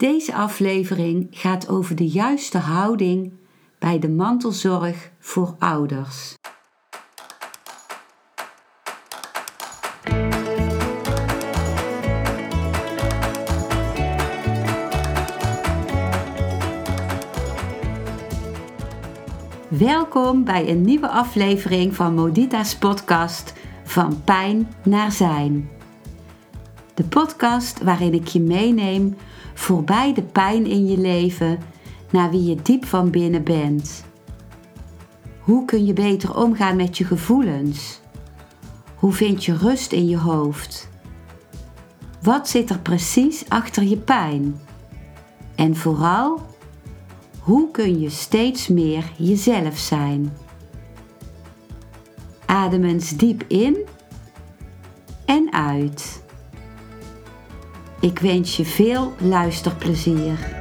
Deze aflevering gaat over de juiste houding bij de mantelzorg voor ouders. Welkom bij een nieuwe aflevering van Modita's podcast Van Pijn naar Zijn. De podcast waarin ik je meeneem voorbij de pijn in je leven naar wie je diep van binnen bent. Hoe kun je beter omgaan met je gevoelens? Hoe vind je rust in je hoofd? Wat zit er precies achter je pijn? En vooral, hoe kun je steeds meer jezelf zijn? Adem eens diep in en uit. Ik wens je veel luisterplezier.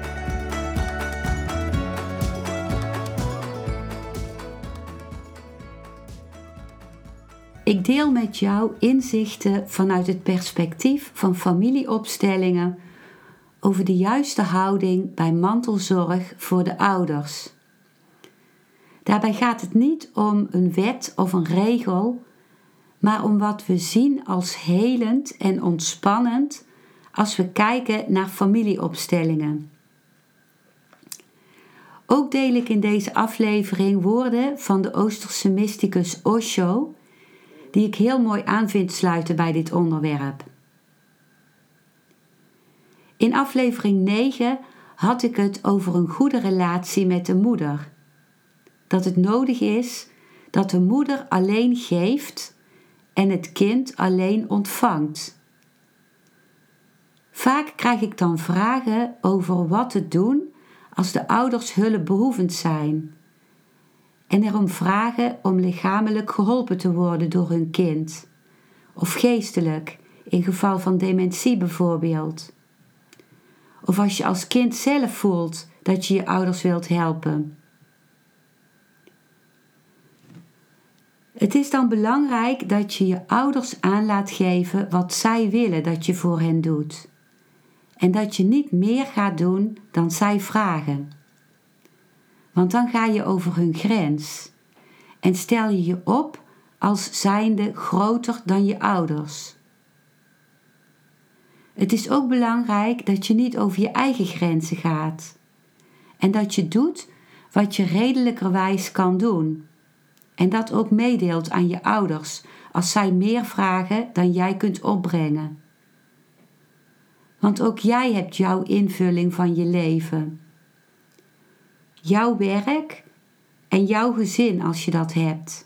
Ik deel met jou inzichten vanuit het perspectief van familieopstellingen over de juiste houding bij mantelzorg voor de ouders. Daarbij gaat het niet om een wet of een regel, maar om wat we zien als helend en ontspannend als we kijken naar familieopstellingen. Ook deel ik in deze aflevering woorden van de Oosterse mysticus Osho, die ik heel mooi aan vind sluiten bij dit onderwerp. In aflevering 9 had ik het over een goede relatie met de moeder. Dat het nodig is dat de moeder alleen geeft en het kind alleen ontvangt. Vaak krijg ik dan vragen over wat te doen als de ouders hulpbehoevend zijn en erom vragen om lichamelijk geholpen te worden door hun kind, of geestelijk, in geval van dementie bijvoorbeeld. Of als je als kind zelf voelt dat je je ouders wilt helpen. Het is dan belangrijk dat je je ouders aan laat geven wat zij willen dat je voor hen doet. En dat je niet meer gaat doen dan zij vragen. Want dan ga je over hun grens. En stel je je op als zijnde groter dan je ouders. Het is ook belangrijk dat je niet over je eigen grenzen gaat. En dat je doet wat je redelijkerwijs kan doen. En dat ook meedeelt aan je ouders als zij meer vragen dan jij kunt opbrengen. Want ook jij hebt jouw invulling van je leven. Jouw werk en jouw gezin als je dat hebt.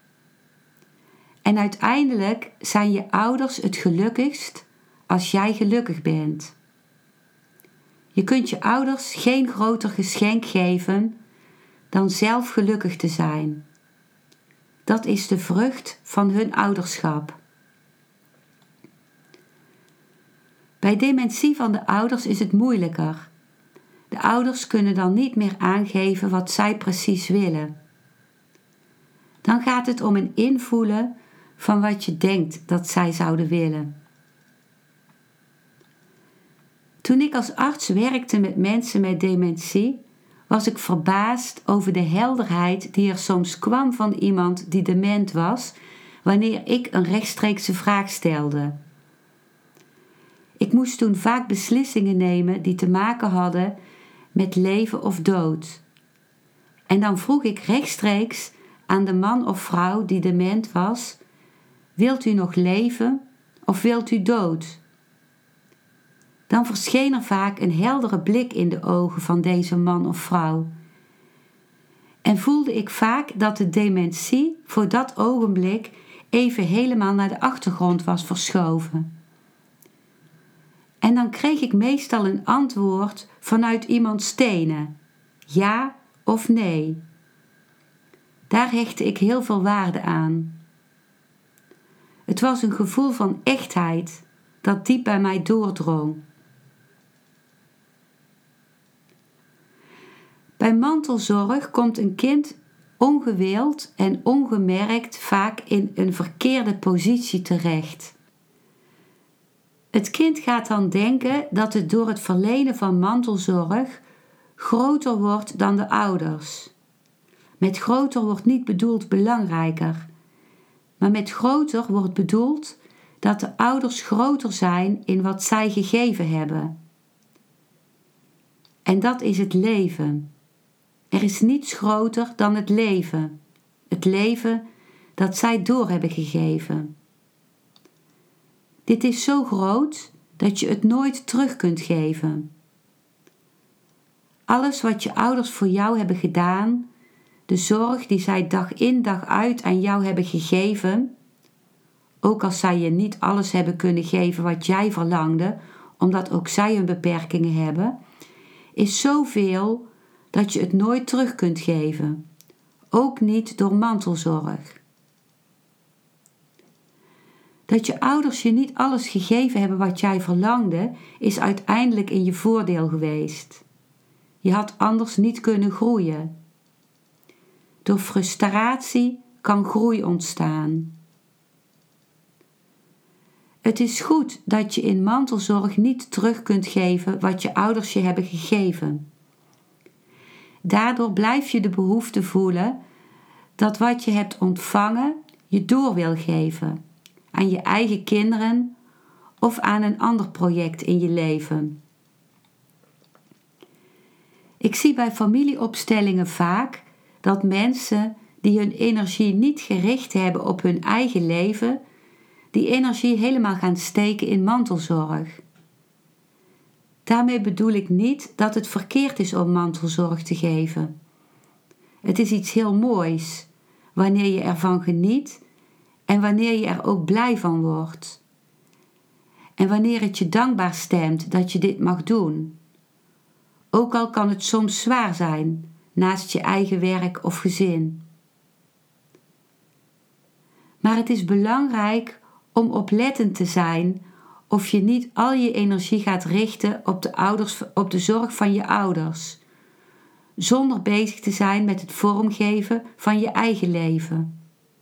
En uiteindelijk zijn je ouders het gelukkigst als jij gelukkig bent. Je kunt je ouders geen groter geschenk geven dan zelf gelukkig te zijn. Dat is de vrucht van hun ouderschap. Bij dementie van de ouders is het moeilijker. De ouders kunnen dan niet meer aangeven wat zij precies willen. Dan gaat het om een invoelen van wat je denkt dat zij zouden willen. Toen ik als arts werkte met mensen met dementie, was ik verbaasd over de helderheid die er soms kwam van iemand die dement was, wanneer ik een rechtstreekse vraag stelde. Ik moest toen vaak beslissingen nemen die te maken hadden met leven of dood. En dan vroeg ik rechtstreeks aan de man of vrouw die dement was: wilt u nog leven of wilt u dood? Dan verscheen er vaak een heldere blik in de ogen van deze man of vrouw. En voelde ik vaak dat de dementie voor dat ogenblik even helemaal naar de achtergrond was verschoven. En dan kreeg ik meestal een antwoord vanuit iemands tenen. Ja of nee. Daar hechtte ik heel veel waarde aan. Het was een gevoel van echtheid dat diep bij mij doordrong. Bij mantelzorg komt een kind ongewild en ongemerkt vaak in een verkeerde positie terecht. Het kind gaat dan denken dat het door het verlenen van mantelzorg groter wordt dan de ouders. Met groter wordt niet bedoeld belangrijker, maar met groter wordt bedoeld dat de ouders groter zijn in wat zij gegeven hebben. En dat is het leven. Er is niets groter dan het leven. Het leven dat zij door hebben gegeven. Dit is zo groot dat je het nooit terug kunt geven. Alles wat je ouders voor jou hebben gedaan, de zorg die zij dag in dag uit aan jou hebben gegeven, ook als zij je niet alles hebben kunnen geven wat jij verlangde, omdat ook zij hun beperkingen hebben, is zoveel dat je het nooit terug kunt geven. Ook niet door mantelzorg. Dat je ouders je niet alles gegeven hebben wat jij verlangde, is uiteindelijk in je voordeel geweest. Je had anders niet kunnen groeien. Door frustratie kan groei ontstaan. Het is goed dat je in mantelzorg niet terug kunt geven wat je ouders je hebben gegeven. Daardoor blijf je de behoefte voelen dat wat je hebt ontvangen je door wil geven. Aan je eigen kinderen of aan een ander project in je leven. Ik zie bij familieopstellingen vaak dat mensen die hun energie niet gericht hebben op hun eigen leven, die energie helemaal gaan steken in mantelzorg. Daarmee bedoel ik niet dat het verkeerd is om mantelzorg te geven. Het is iets heel moois, wanneer je ervan geniet en wanneer je er ook blij van wordt. En wanneer het je dankbaar stemt dat je dit mag doen. Ook al kan het soms zwaar zijn, naast je eigen werk of gezin. Maar het is belangrijk om oplettend te zijn of je niet al je energie gaat richten op de zorg van je ouders, zonder bezig te zijn met het vormgeven van je eigen leven.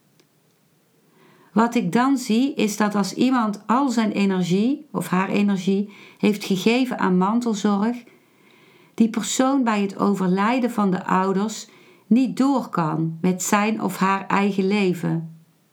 Wat ik dan zie is dat als iemand al zijn energie of haar energie heeft gegeven aan mantelzorg, die persoon bij het overlijden van de ouders niet door kan met zijn of haar eigen leven.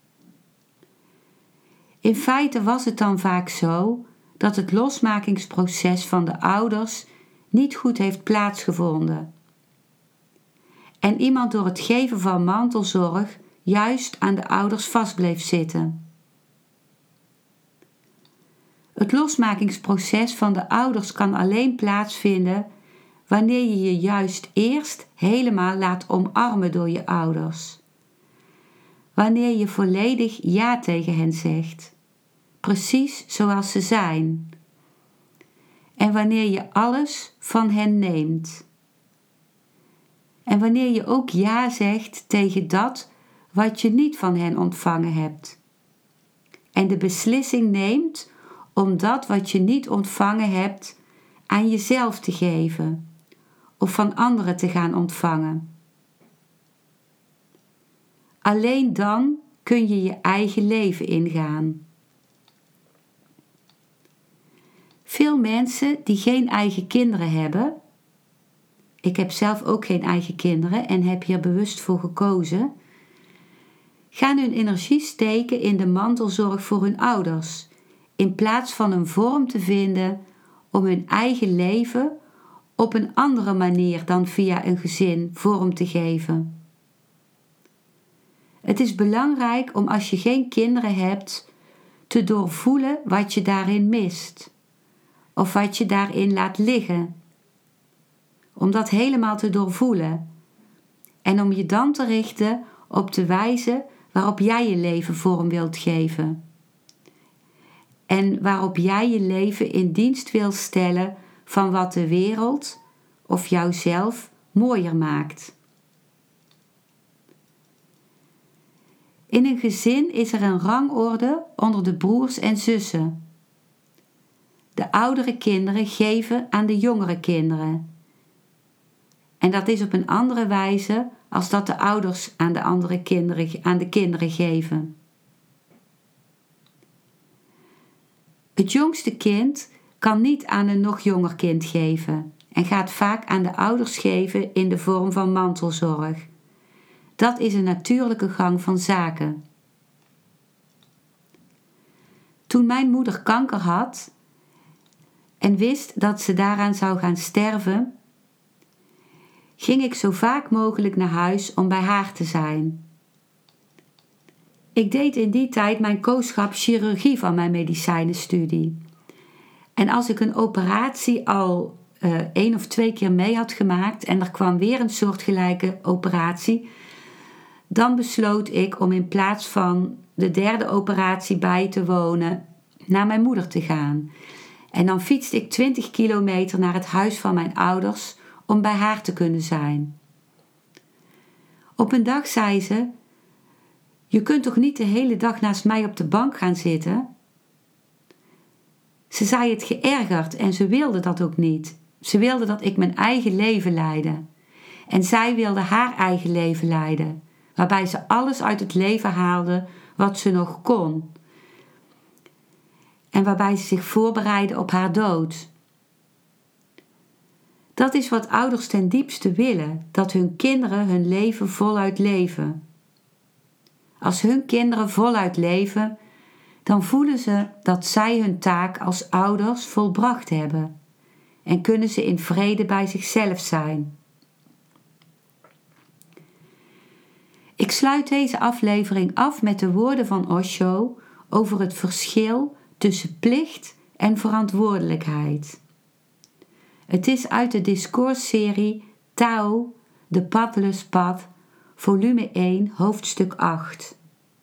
In feite was het dan vaak zo dat het losmakingsproces van de ouders niet goed heeft plaatsgevonden. En iemand door het geven van mantelzorg juist aan de ouders vast bleef zitten. Het losmakingsproces van de ouders kan alleen plaatsvinden wanneer je je juist eerst helemaal laat omarmen door je ouders. Wanneer je volledig ja tegen hen zegt, precies zoals ze zijn. En wanneer je alles van hen neemt. En wanneer je ook ja zegt tegen dat wat je niet van hen ontvangen hebt. En de beslissing neemt om dat wat je niet ontvangen hebt aan jezelf te geven of van anderen te gaan ontvangen. Alleen dan kun je je eigen leven ingaan. Veel mensen die geen eigen kinderen hebben, ik heb zelf ook geen eigen kinderen en heb hier bewust voor gekozen, gaan hun energie steken in de mantelzorg voor hun ouders, in plaats van een vorm te vinden om hun eigen leven op een andere manier dan via een gezin vorm te geven. Het is belangrijk om als je geen kinderen hebt, te doorvoelen wat je daarin mist. Of wat je daarin laat liggen. Om dat helemaal te doorvoelen. En om je dan te richten op de wijze waarop jij je leven vorm wilt geven. En waarop jij je leven in dienst wil stellen van wat de wereld of jouzelf mooier maakt. In een gezin is er een rangorde onder de broers en zussen. De oudere kinderen geven aan de jongere kinderen. En dat is op een andere wijze als dat de ouders aan de kinderen geven. Het jongste kind kan niet aan een nog jonger kind geven en gaat vaak aan de ouders geven in de vorm van mantelzorg. Dat is een natuurlijke gang van zaken. Toen mijn moeder kanker had en wist dat ze daaraan zou gaan sterven, ging ik zo vaak mogelijk naar huis om bij haar te zijn. Ik deed in die tijd mijn kooschap chirurgie van mijn medicijnenstudie. En als ik een operatie al 1 of 2 keer mee had gemaakt en er kwam weer een soortgelijke operatie, dan besloot ik om in plaats van de 3e operatie bij te wonen naar mijn moeder te gaan. En dan fietste ik 20 kilometer naar het huis van mijn ouders om bij haar te kunnen zijn. Op een dag zei ze: "Je kunt toch niet de hele dag naast mij op de bank gaan zitten?" Ze zei het geërgerd en ze wilde dat ook niet. Ze wilde dat ik mijn eigen leven leidde. En zij wilde haar eigen leven leiden, waarbij ze alles uit het leven haalde wat ze nog kon. En waarbij ze zich voorbereidde op haar dood. Dat is wat ouders ten diepste willen, dat hun kinderen hun leven voluit leven. Als hun kinderen voluit leven, dan voelen ze dat zij hun taak als ouders volbracht hebben en kunnen ze in vrede bij zichzelf zijn. Ik sluit deze aflevering af met de woorden van Osho over het verschil tussen plicht en verantwoordelijkheid. Het is uit de discoursserie Tao, The Pathless Path, volume 1, hoofdstuk 8.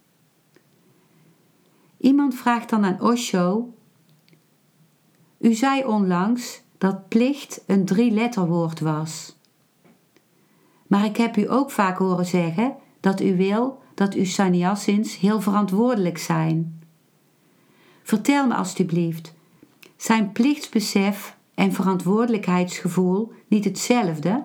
Iemand vraagt dan aan Osho: "U zei onlangs dat plicht een 3-letterwoord was. Maar ik heb u ook vaak horen zeggen dat u wil dat uw sannyasins heel verantwoordelijk zijn. Vertel me alstublieft, zijn plichtsbesef en verantwoordelijkheidsgevoel niet hetzelfde?"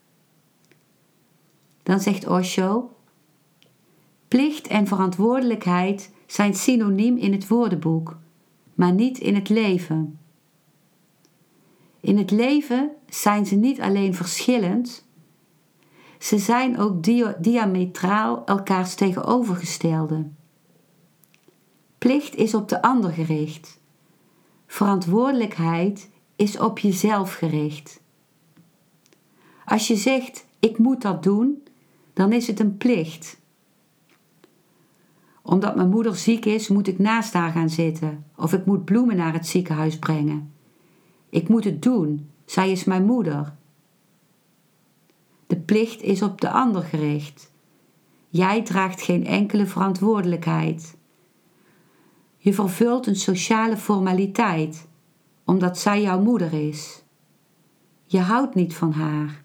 Dan zegt Osho: "Plicht en verantwoordelijkheid zijn synoniem in het woordenboek, maar niet in het leven. In het leven zijn ze niet alleen verschillend, ze zijn ook diametraal elkaars tegenovergestelde. Plicht is op de ander gericht. Verantwoordelijkheid is op jezelf gericht. Als je zegt: ik moet dat doen, dan is het een plicht. Omdat mijn moeder ziek is, moet ik naast haar gaan zitten. Of ik moet bloemen naar het ziekenhuis brengen. Ik moet het doen, zij is mijn moeder. De plicht is op de ander gericht. Jij draagt geen enkele verantwoordelijkheid. Je vervult een sociale formaliteit, omdat zij jouw moeder is. Je houdt niet van haar.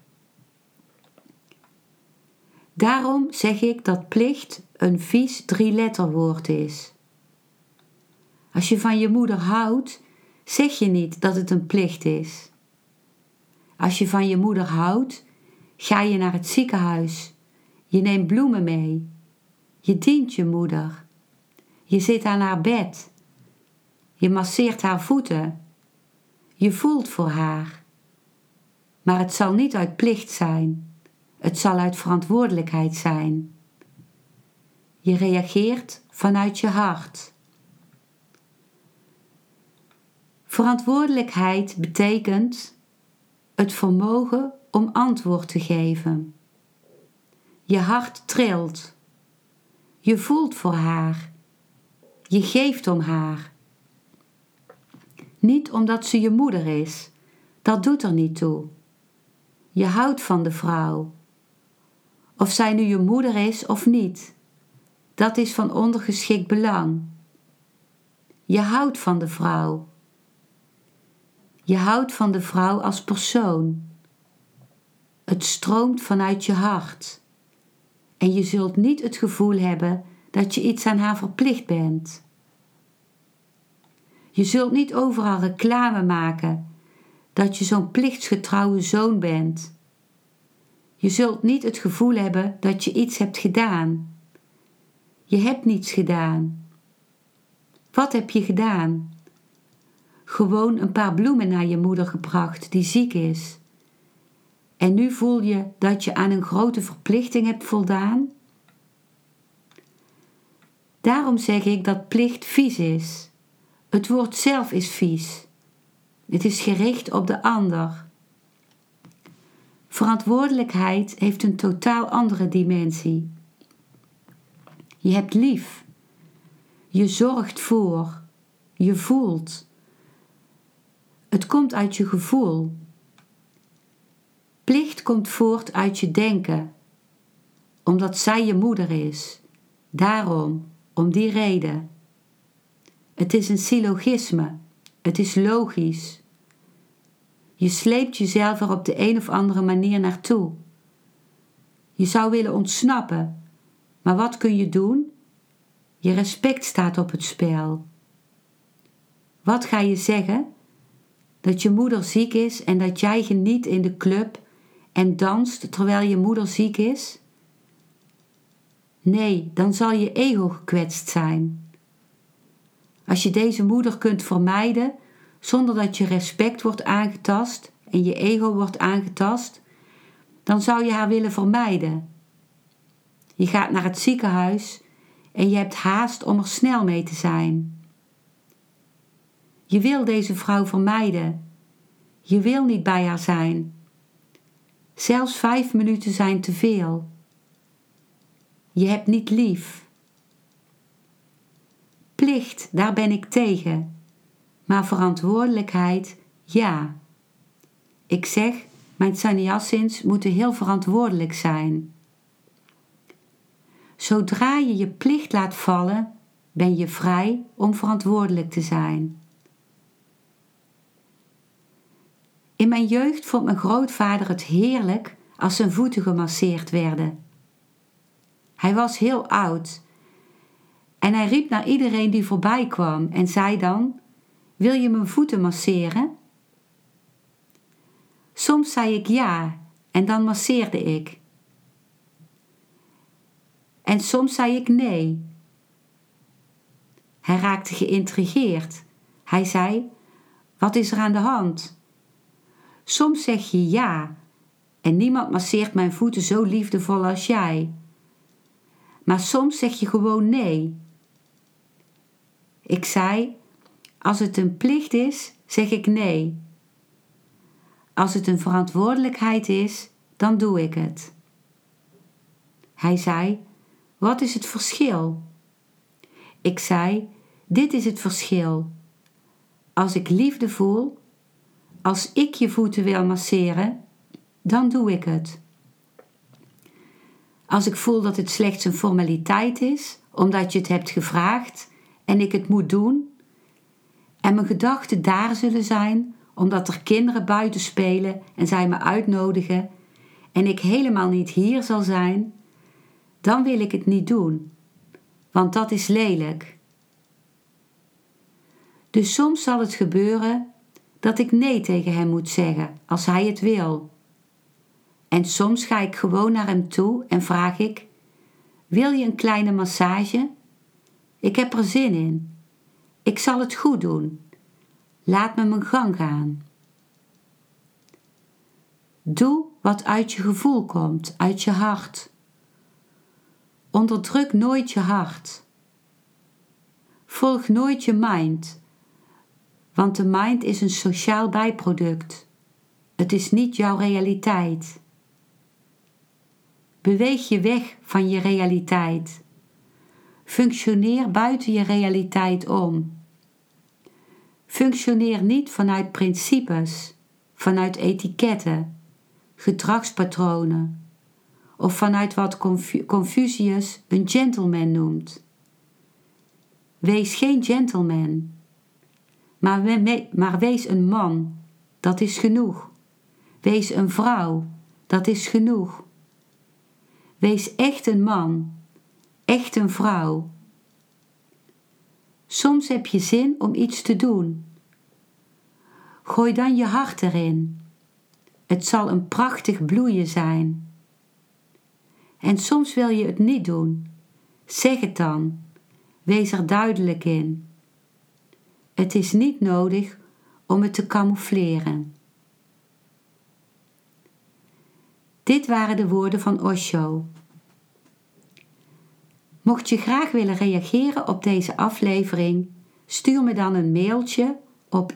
Daarom zeg ik dat plicht een vies 3-letterwoord is. Als je van je moeder houdt, zeg je niet dat het een plicht is. Als je van je moeder houdt, ga je naar het ziekenhuis. Je neemt bloemen mee. Je dient je moeder. Je zit aan haar bed. Je masseert haar voeten. Je voelt voor haar. Maar het zal niet uit plicht zijn. Het zal uit verantwoordelijkheid zijn. Je reageert vanuit je hart. Verantwoordelijkheid betekent het vermogen om antwoord te geven. Je hart trilt. Je voelt voor haar. Je geeft om haar. Niet omdat ze je moeder is. Dat doet er niet toe. Je houdt van de vrouw. Of zij nu je moeder is of niet. Dat is van ondergeschikt belang. Je houdt van de vrouw. Je houdt van de vrouw als persoon. Het stroomt vanuit je hart. En je zult niet het gevoel hebben dat je iets aan haar verplicht bent. Je zult niet overal reclame maken dat je zo'n plichtsgetrouwe zoon bent. Je zult niet het gevoel hebben dat je iets hebt gedaan. Je hebt niets gedaan. Wat heb je gedaan? gewoon een paar bloemen naar je moeder gebracht die ziek is. En nu voel je dat je aan een grote verplichting hebt voldaan? Daarom zeg ik dat plicht vies is. Het woord zelf is vies. Het is gericht op de ander. Verantwoordelijkheid heeft een totaal andere dimensie. Je hebt lief. Je zorgt voor. Je voelt. Het komt uit je gevoel. Plicht komt voort uit je denken. Omdat zij je moeder is. Daarom, om die reden. Het is een syllogisme. Het is logisch. Je sleept jezelf er op de een of andere manier naartoe. Je zou willen ontsnappen. Maar wat kun je doen? Je respect staat op het spel. Wat ga je zeggen? Dat je moeder ziek is en dat jij geniet in de club en danst terwijl je moeder ziek is? Nee, dan zal je ego gekwetst zijn. Als je deze moeder kunt vermijden zonder dat je respect wordt aangetast en je ego wordt aangetast, dan zou je haar willen vermijden. Je gaat naar het ziekenhuis en je hebt haast om er snel mee te zijn. Je wil deze vrouw vermijden. Je wil niet bij haar zijn. Zelfs 5 minuten zijn te veel. Je hebt niet lief. Plicht, daar ben ik tegen. Maar verantwoordelijkheid, ja. Ik zeg, mijn sannyasins moeten heel verantwoordelijk zijn. Zodra je je plicht laat vallen, ben je vrij om verantwoordelijk te zijn. In mijn jeugd vond mijn grootvader het heerlijk als zijn voeten gemasseerd werden. Hij was heel oud en hij riep naar iedereen die voorbij kwam en zei dan: wil je mijn voeten masseren? Soms zei ik ja en dan masseerde ik. En soms zei ik nee. Hij raakte geïntrigeerd. Hij zei: wat is er aan de hand? Soms zeg je ja en niemand masseert mijn voeten zo liefdevol als jij. Maar soms zeg je gewoon nee. Ik zei: als het een plicht is, zeg ik nee. Als het een verantwoordelijkheid is, dan doe ik het. Hij zei: wat is het verschil? Ik zei: dit is het verschil. Als ik liefde voel, als ik je voeten wil masseren, dan doe ik het. Als ik voel dat het slechts een formaliteit is, omdat je het hebt gevraagd en ik het moet doen, en mijn gedachten daar zullen zijn, omdat er kinderen buiten spelen en zij me uitnodigen en ik helemaal niet hier zal zijn, dan wil ik het niet doen, want dat is lelijk. Dus soms zal het gebeuren dat ik nee tegen hem moet zeggen als hij het wil. En soms ga ik gewoon naar hem toe en vraag ik: wil je een kleine massage? Ik heb er zin in. Ik zal het goed doen. Laat me mijn gang gaan. Doe wat uit je gevoel komt, uit je hart. Onderdruk nooit je hart. Volg nooit je mind, want de mind is een sociaal bijproduct. Het is niet jouw realiteit. Beweeg je weg van je realiteit. Functioneer buiten je realiteit om. Functioneer niet vanuit principes, vanuit etiketten, gedragspatronen of vanuit wat Confucius een gentleman noemt. Wees geen gentleman, maar wees een man, dat is genoeg. Wees een vrouw, dat is genoeg. Wees echt een man, echt een vrouw. Soms heb je zin om iets te doen. Gooi dan je hart erin. Het zal een prachtig bloeien zijn. En soms wil je het niet doen. Zeg het dan. Wees er duidelijk in. Het is niet nodig om het te camoufleren. Dit waren de woorden van Osho. Mocht je graag willen reageren op deze aflevering, stuur me dan een mailtje op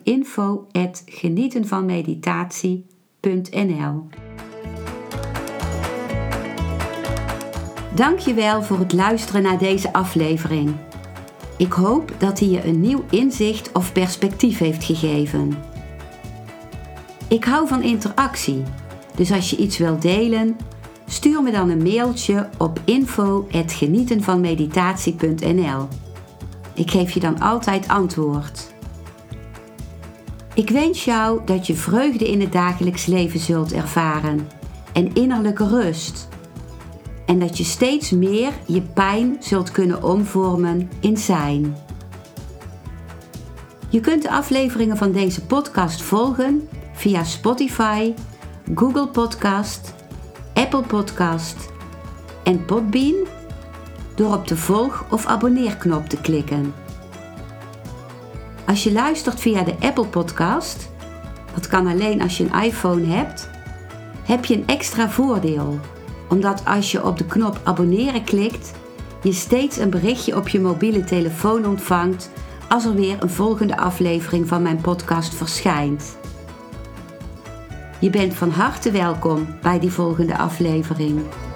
info@genietenvanmeditatie.nl. Dank je wel voor het luisteren naar deze aflevering. Ik hoop dat hij je een nieuw inzicht of perspectief heeft gegeven. Ik hou van interactie, dus als je iets wilt delen, stuur me dan een mailtje op info@genietenvanmeditatie.nl. Ik geef je dan altijd antwoord. Ik wens jou dat je vreugde in het dagelijks leven zult ervaren en innerlijke rust. En dat je steeds meer je pijn zult kunnen omvormen in zijn. Je kunt de afleveringen van deze podcast volgen via Spotify, Google Podcast, Apple Podcast en Podbean door op de volg- of abonneerknop te klikken. Als je luistert via de Apple Podcast, dat kan alleen als je een iPhone hebt, heb je een extra voordeel. Omdat als je op de knop abonneren klikt, je steeds een berichtje op je mobiele telefoon ontvangt als er weer een volgende aflevering van mijn podcast verschijnt. Je bent van harte welkom bij die volgende aflevering.